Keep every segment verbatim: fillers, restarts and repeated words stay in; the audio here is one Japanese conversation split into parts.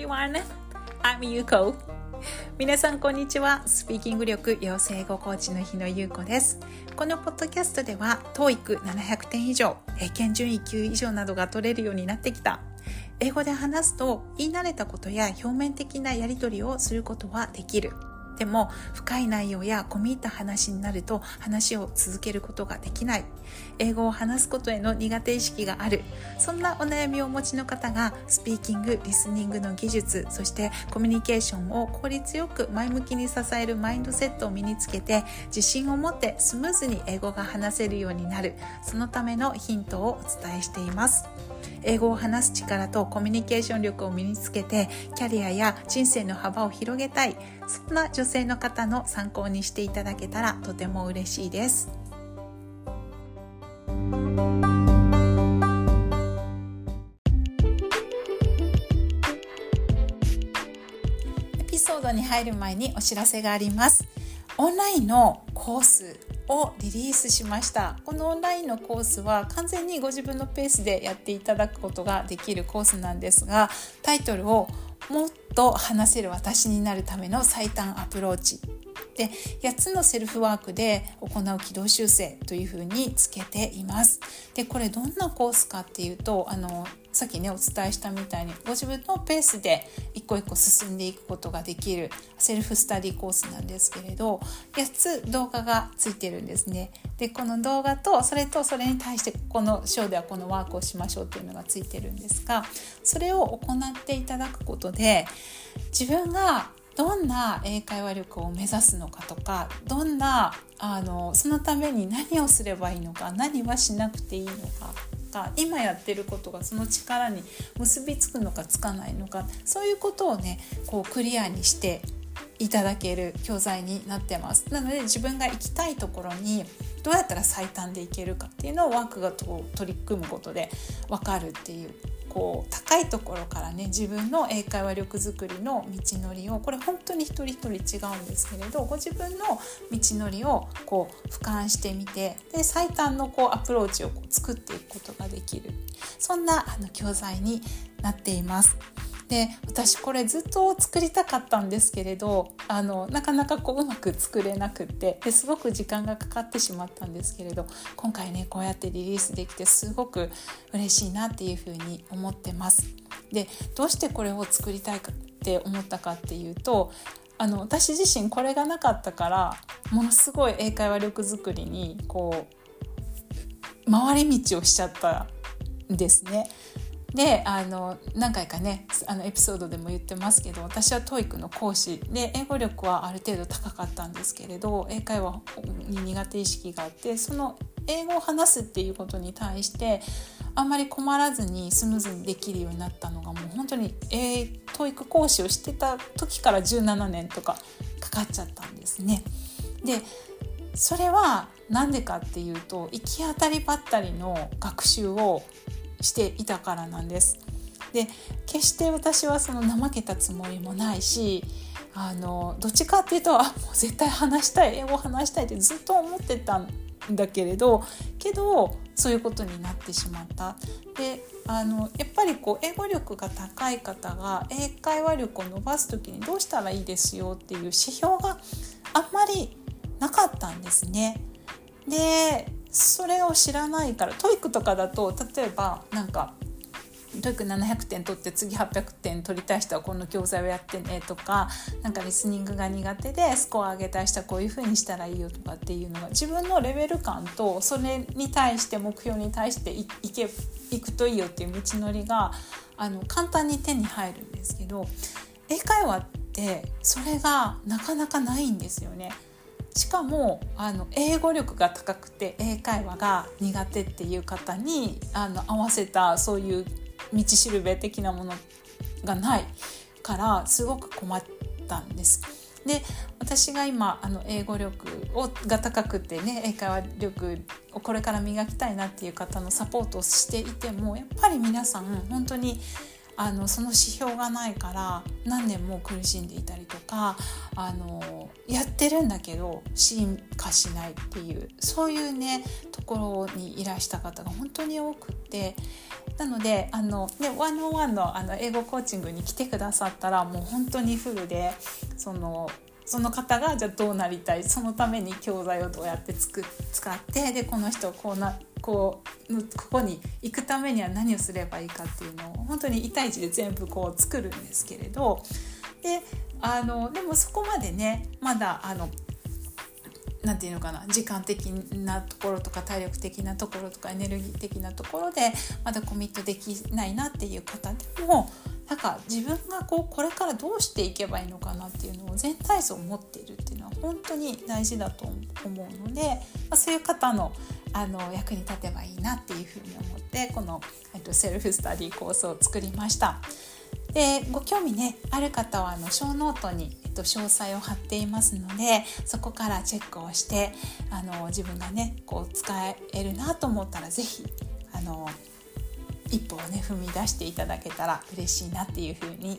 everyone. I'm Yuko. 皆さんこんにちは。スピーキング力養成語コーチの日野優子です。このポッドキャストでは トーイックななひゃくてん以上、英検準いきゅう以上などが取れるようになってきた。英語で話すと言い慣れたことや表面的なやり取りをすることはできる。でも深い内容や込み入った話になると話を続けることができない。英語を話すことへの苦手意識がある。そんなお悩みをお持ちの方がスピーキング、リスニングの技術、そしてコミュニケーションを効率よく前向きに支えるマインドセットを身につけて自信を持ってスムーズに英語が話せるようになる。そのためのヒントをお伝えしています。英語を話す力とコミュニケーション力を身につけてキャリアや人生の幅を広げたい、そんな女性の方の参考にしていただけたらとても嬉しいです。エピソードに入る前にお知らせがあります。オンラインのコースをリリースしました。このオンラインのコースは完全にご自分のペースでやっていただくことができるコースなんですが、タイトルをもっと話せる私になるための最短アプローチでやっつのセルフワークで行う軌道修正というふうにつけています。でこれどんなコースかっていうと、あのさっきねお伝えしたみたいにご自分のペースで一個一個進んでいくことができるセルフスタディコースなんですけれど、やっつ動画がついてるんですね。でこの動画とそれとそれに対してこの章ではこのワークをしましょうっていうのがついてるんですが、それを行っていただくことで自分がどんな英会話力を目指すのかとか、どんなあのそのために何をすればいいのか、何はしなくていいのか、今やってることがその力に結びつくのかつかないのか、そういうことをねこうクリアにしていただける教材になってます。なので自分が行きたいところにどうやったら最短で行けるかっていうのをワークがと取り組むことで分かるっていう、こう高いところからね自分の英会話力づくりの道のりを、これ本当に一人一人違うんですけれど、ご自分の道のりをこう俯瞰してみて、で最短のこうアプローチをこう作っていくことができる、そんなあの教材になっています。で私これずっと作りたかったんですけれど、あのなかなかこううまく作れなくって、ですごく時間がかかってしまったんですけれど、今回ねこうやってリリースできてすごく嬉しいなっていうふうに思ってます。でどうしてこれを作りたいかって思ったかっていうと、あの私自身これがなかったからものすごい英会話力づくりにこう回り道をしちゃったんですね。であの何回かねあのエピソードでも言ってますけど、私は トーイック の講師で英語力はある程度高かったんですけれど、英会話に苦手意識があって、その英語を話すっていうことに対してあんまり困らずにスムーズにできるようになったのが、もう本当に、えー、トーイック 講師をしてた時からじゅうななねんとかかかっちゃったんですね。でそれはなんでかっていうと、行き当たりばったりの学習をしていたからなんです。で決して私はその怠けたつもりもないし、あのどっちかっていうとあもう絶対話したい、英語を話したいってずっと思ってたんだけれどけどそういうことになってしまった。であのやっぱりこう英語力が高い方が英会話力を伸ばすときにどうしたらいいですよっていう指標があんまりなかったんですね。でそれを知らないから、トーイックとかだと例えばなんかトーイックななひゃくてん取って次はっぴゃくてん取りたい人はこの教材をやってねとか、なんかリスニングが苦手でスコア上げたい人はこういう風にしたらいいよとかっていうのが自分のレベル感とそれに対して目標に対していいけいくといいよっていう道のりがあの簡単に手に入るんですけど、英会話ってそれがなかなかないんですよね。しかもあの英語力が高くて英会話が苦手っていう方にあの合わせたそういう道しるべ的なものがないからすごく困ったんです。で私が今あの英語力をが高くてね、英会話力をこれから磨きたいなっていう方のサポートをしていても、やっぱり皆さん本当にあのその指標がないから何年も苦しんでいたりとか、あのやってるんだけど進化しないっていう、そういうねところにいらした方が本当に多くって、なのであの、ね、ワンオンワンの、あの英語コーチングに来てくださったらもう本当にフルで、そのその方がじゃあどうなりたい、そのために教材をどうやってつく使って、でこの人こうなこうここに行くためには何をすればいいかっていうのを本当にいち対いちで全部こう作るんですけれど、であのでもそこまでねまだあのなんていうのかな、時間的なところとか体力的なところとかエネルギー的なところでまだコミットできないなっていう方でも、なんか自分がこうこれからどうしていけばいいのかなっていうのを全体像を持っているっていうのは本当に大事だと思うので、まあ、そういう方のあの役に立てばいいなっていうふうに思ってこの、えっと、セルフスタディコースを作りました。でご興味ねある方はあのショーノートに、えっと、詳細を貼っていますので、そこからチェックをしてあの自分がねこう使えるなと思ったらぜひあの一歩をね踏み出していただけたら嬉しいなっていうふうに。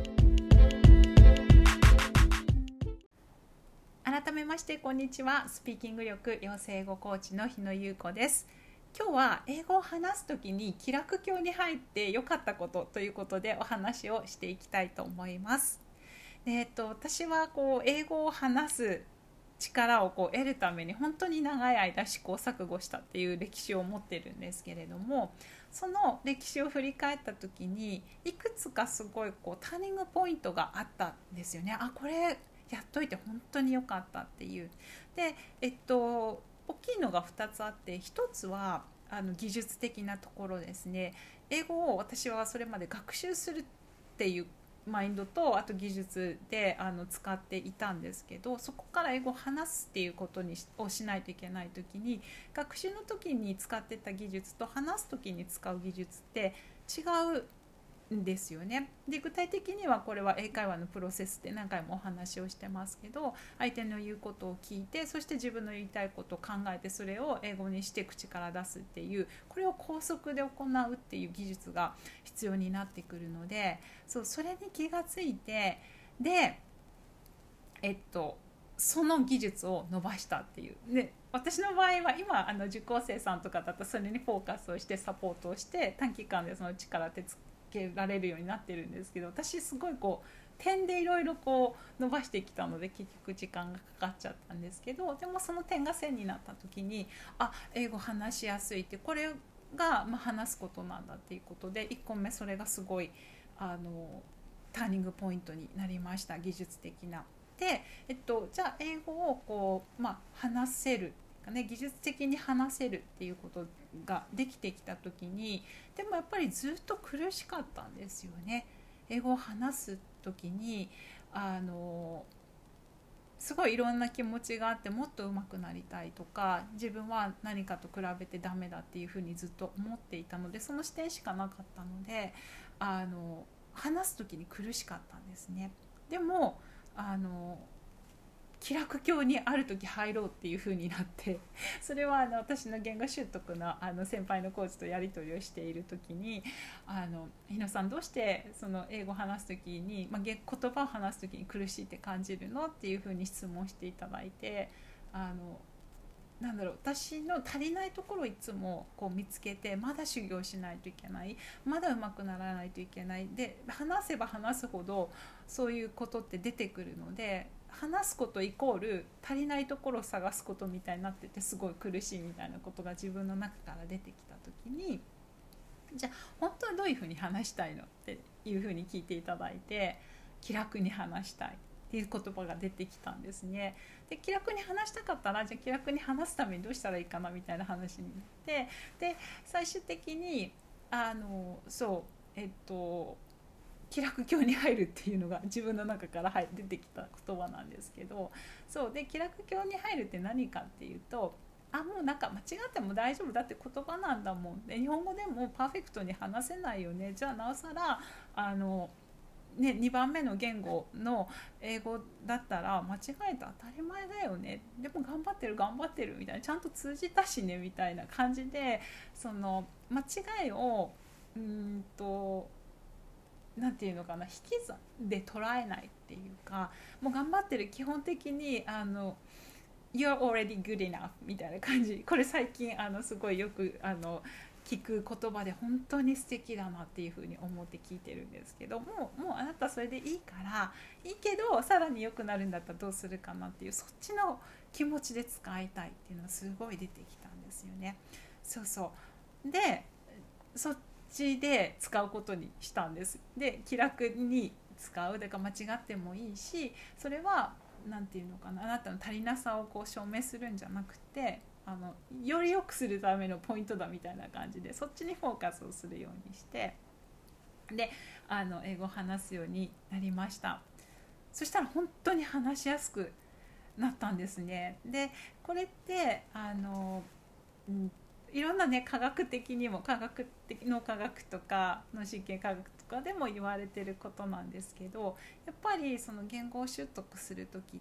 改めましてこんにちは。スピーキング力養成英語コーチの日野優子です。今日は英語を話すときに気楽教に入って良かったことということでお話をしていきたいと思います。で、えっと、私はこう英語を話す力をこう得るために本当に長い間試行錯誤したっていう歴史を持ってるんですけれども、その歴史を振り返った時にいくつかすごいこうターニングポイントがあったんですよね。あ、これやっといて本当に良かったっていう。で、えっと大きいのがふたつあって、ひとつはあの技術的なところですね。英語を私はそれまで学習するっていうマインドとあと技術であの使っていたんですけど、そこから英語を話すっていうことにをしないといけない時に、学習の時に使ってた技術と話す時に使う技術って違うんですよね。で具体的にはこれは英会話のプロセスで何回もお話をしてますけど、相手の言うことを聞いて、そして自分の言いたいことを考えてそれを英語にして口から出すっていう、これを高速で行うっていう技術が必要になってくるので、そうそれに気がついて、でえっとその技術を伸ばしたっていう。で私の場合は今あの受講生さんとかだとそれにフォーカスをしてサポートをして短期間でその力手つけられるようになってるんですけど、私すごいこう点でいろいろこう伸ばしてきたので結局時間がかかっちゃったんですけど、でもその点が線になった時に、あ、英語話しやすいって、これがまあ話すことなんだっていうことで、いっこめそれがすごいあのターニングポイントになりました。技術的な。で、えっと、じゃあ英語をこう、まあ、話せる、ね、技術的に話せるっていうことができてきた時に、でもやっぱりずっと苦しかったんですよね。英語を話す時にあのすごいいろんな気持ちがあって、もっと上手くなりたいとか、自分は何かと比べてダメだっていうふうにずっと思っていたので、その視点しかなかったので、あの話す時に苦しかったんですね。でもあの気楽教にある時入ろうっていう風になって、それはあの私の言語習得のあの先輩のコーチとやり取りをしている時に、あの日野さんどうしてその英語を話す時に、まあ、言葉を話す時に苦しいって感じるのっていう風に質問していただいて、あのなんだろう、私の足りないところをいつもこう見つけて、まだ修行しないといけない、まだ上手くならないといけない、で話せば話すほどそういうことって出てくるので、話すことイコール足りないところを探すことみたいになってて、すごい苦しいみたいなことが自分の中から出てきた時に、じゃあ本当はどういうふうに話したいのっていうふうに聞いていただいて、気楽に話したいっていう言葉が出てきたんですね。で気楽に話したかったら、じゃあ気楽に話すためにどうしたらいいかなみたいな話になって、で最終的にあのそうえっと気楽教に入るっていうのが自分の中から出てきた言葉なんですけど、そうで気楽教に入るって何かっていうと、あ、もうなんか間違っても大丈夫だって言葉なんだもん、で日本語でもパーフェクトに話せないよね、じゃあなおさらあのね、にばんめの言語の英語だったら間違えて当たり前だよね、でも頑張ってる頑張ってるみたいな、ちゃんと通じたしねみたいな感じで、その間違いをうーんとなんていうのかな、引き算で捉えないっていうか、もう頑張ってる、基本的にあの You're already good enough みたいな感じ。これ最近あのすごいよくあの聞く言葉で、本当に素敵だなっていうふうに思って聞いてるんですけども、もうあなたそれでいいからいいけど、さらに良くなるんだったらどうするかなっていう、そっちの気持ちで使いたいっていうのがすごい出てきたんですよね。そうそうで、そっちで使うことにしたんです。で、気楽に使う、だから間違ってもいいし、それはなんていうのかな、あなたの足りなさをこう証明するんじゃなくて、あのより良くするためのポイントだみたいな感じで、そっちにフォーカスをするようにして、であの英語を話すようになりました。そしたら本当に話しやすくなったんですね。でこれってあの、うん、いろんなね、科学的にも、科学的脳科学とか脳神経科学とかでも言われてることなんですけど、やっぱりその言語を習得する時って、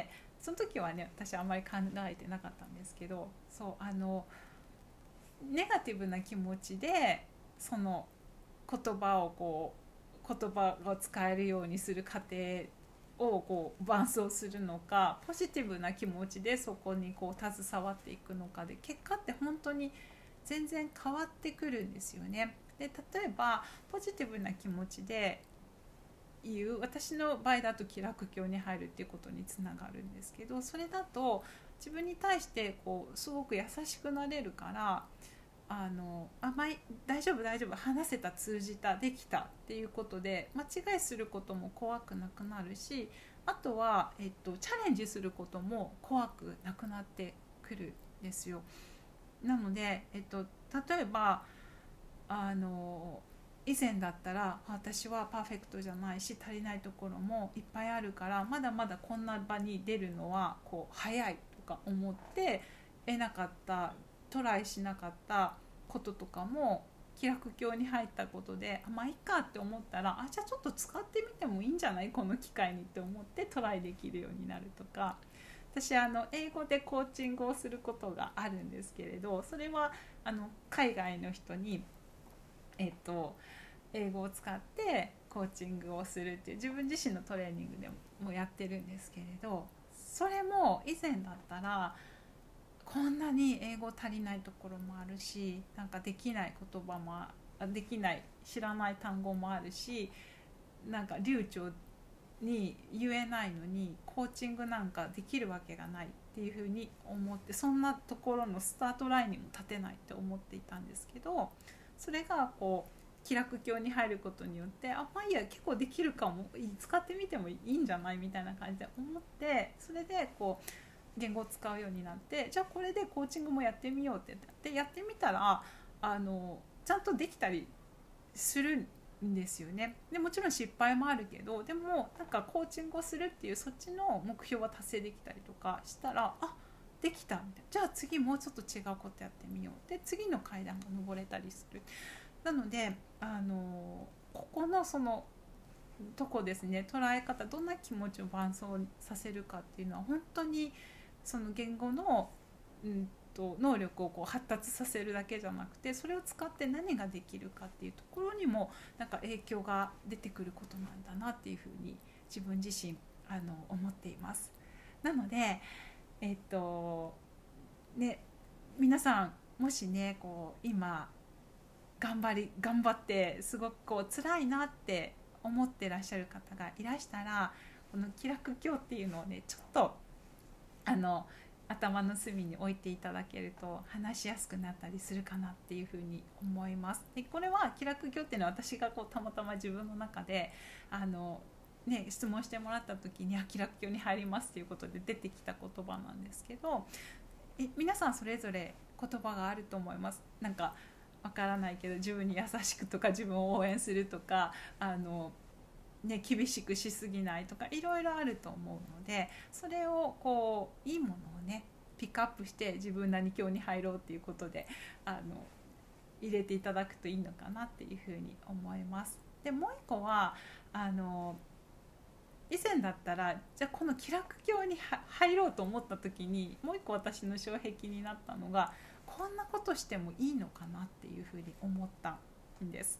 その時はね、私はあんまり考えてなかったんですけど、そうあのネガティブな気持ちでその言葉をこう言葉を使えるようにする過程をこう伴走するのか、ポジティブな気持ちでそこにこう携わっていくのかで、結果って本当に全然変わってくるんですよね。で例えばポジティブな気持ちで言う、私の場合だと気楽境に入るっていうことにつながるんですけど、それだと自分に対してこうすごく優しくなれるから、あのあまり大丈夫大丈夫、話せた、通じた、できたっていうことで間違いすることも怖くなくなるし、あとは、えっと、チャレンジすることも怖くなくなってくるんですよ。なので、えっと、例えばあの以前だったら、私はパーフェクトじゃないし足りないところもいっぱいあるから、まだまだこんな場に出るのはこう早いとか思って得なかった、トライしなかったこととかも、気楽境に入ったことで、あまあいいかって思ったら、あじゃあちょっと使ってみてもいいんじゃない、この機会にって思ってトライできるようになるとか。私あの英語でコーチングをすることがあるんですけれど、それはあの海外の人にえっと、英語を使ってコーチングをするっていう、自分自身のトレーニングでもやってるんですけれど、それも以前だったらこんなに英語足りないところもあるし、なんかできない言葉もできない、知らない単語もあるし、なんか流暢に言えないのにコーチングなんかできるわけがないっていうふうに思って、そんなところのスタートラインにも立てないって思っていたんですけど、それがこう気楽境に入ることによって、あまあいいや、結構できるかも、使ってみてもいいんじゃないみたいな感じで思って、それでこう言語を使うようになって、じゃあこれでコーチングもやってみようってでやってみたら、あのちゃんとできたりするんですよね。でもちろん失敗もあるけど、でもなんかコーチングをするっていうそっちの目標は達成できたりとかしたら、あできたみたいな、じゃあ次もうちょっと違うことやってみようで、次の階段が登れたりする。なのであのここのそのとこですね、捉え方、どんな気持ちを伴走させるかっていうのは、本当にその言語の、うんと能力をこう発達させるだけじゃなくて、それを使って何ができるかっていうところにもなんか影響が出てくることなんだなっていうふうに自分自身あの思っています。なのでえっとね、皆さんもしね、こう今頑張り頑張ってすごくこう辛いなって思ってらっしゃる方がいらしたら、この気楽境っていうのをね、ちょっとあの頭の隅に置いていただけると話しやすくなったりするかなっていうふうに思います。でこれは気楽境っていうのは、私がこうたまたま自分の中であの、ね、質問してもらった時に、気楽境に入りますっていうことで出てきた言葉なんですけど、え皆さんそれぞれ言葉があると思います。なんかわからないけど、自分に優しくとか、自分を応援するとか、あのね、厳しくしすぎないとか、いろいろあると思うので、それをこういいものをねピックアップして自分何教に入ろうっていうことであの入れていただくといいのかなっていうふうに思います。でもう一個はあの以前だったら、じゃあこの気楽教に入ろうと思った時に、もう一個私の障壁になったのが、こんなことしてもいいのかなっていうふうに思ったんです。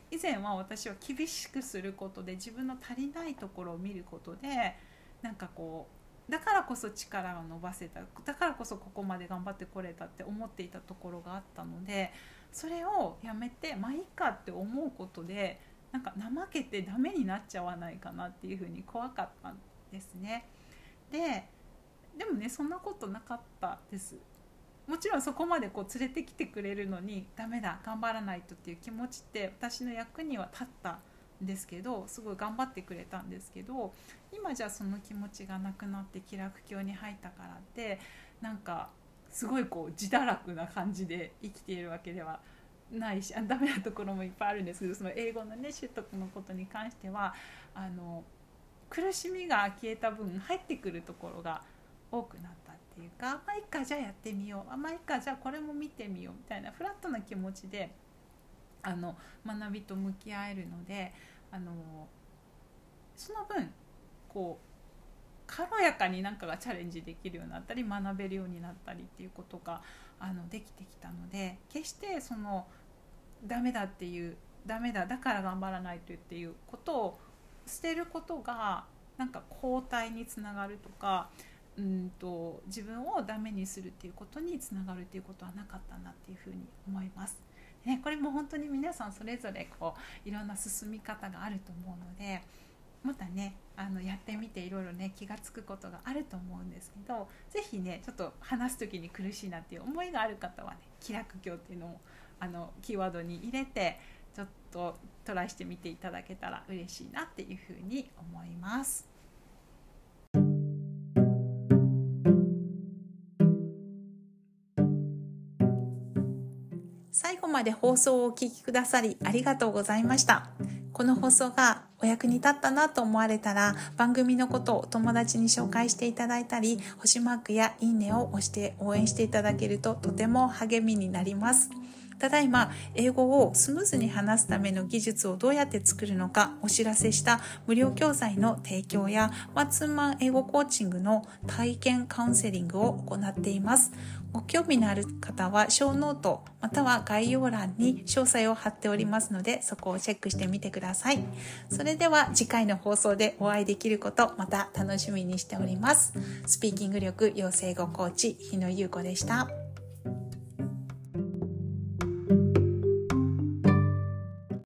以前は私は厳しくすることで自分の足りないところを見ることで、なんかこうだからこそ力を伸ばせた、だからこそここまで頑張ってこれたって思っていたところがあったので、それをやめてまあいいかって思うことで、なんか怠けてダメになっちゃわないかなっていうふうに怖かったんですね。ででもね、そんなことなかったです。もちろんそこまでこう連れてきてくれるのにダメだ頑張らないとっていう気持ちって私の役には立ったんですけど、すごい頑張ってくれたんですけど、今じゃその気持ちがなくなって気楽教に入ったからってなんかすごいこう自堕落な感じで生きているわけではないし、あダメなところもいっぱいあるんですけど、その英語のね習得のことに関してはあの苦しみが消えた分入ってくるところが多くなったっていうか、まあいいかじゃあやってみよう、あまあいいかじゃあこれも見てみようみたいなフラットな気持ちであの学びと向き合えるので、あのその分こう軽やかに何かがチャレンジできるようになったり学べるようになったりっていうことがあのできてきたので、決してそのダメだっていうダメだだから頑張らないとっていうことを捨てることがなんか後退につながるとか、うんと自分をダメにするっていうことにつながるっていうことはなかったなっていうふうに思います、ね、これも本当に皆さんそれぞれこういろんな進み方があると思うので、またねあのやってみていろいろね気がつくことがあると思うんですけど、ぜひねちょっと話す時に苦しいなっていう思いがある方はね気楽教っていうのもあのキーワードに入れてちょっとトライしてみていただけたら嬉しいなっていうふうに思います。最後まで放送をお聞きくださりありがとうございました。この放送がお役に立ったなと思われたら、番組のことをお友達に紹介していただいたり、星マークやいいねを押して応援していただけるととても励みになります。ただいま英語をスムーズに話すための技術をどうやって作るのかお知らせした無料教材の提供やマンツーマン英語コーチングの体験カウンセリングを行っています。ご興味のある方はショーノートまたは概要欄に詳細を貼っておりますので、そこをチェックしてみてください。それでは次回の放送でお会いできることまた楽しみにしております。スピーキング力養成語コーチ日野優子でした。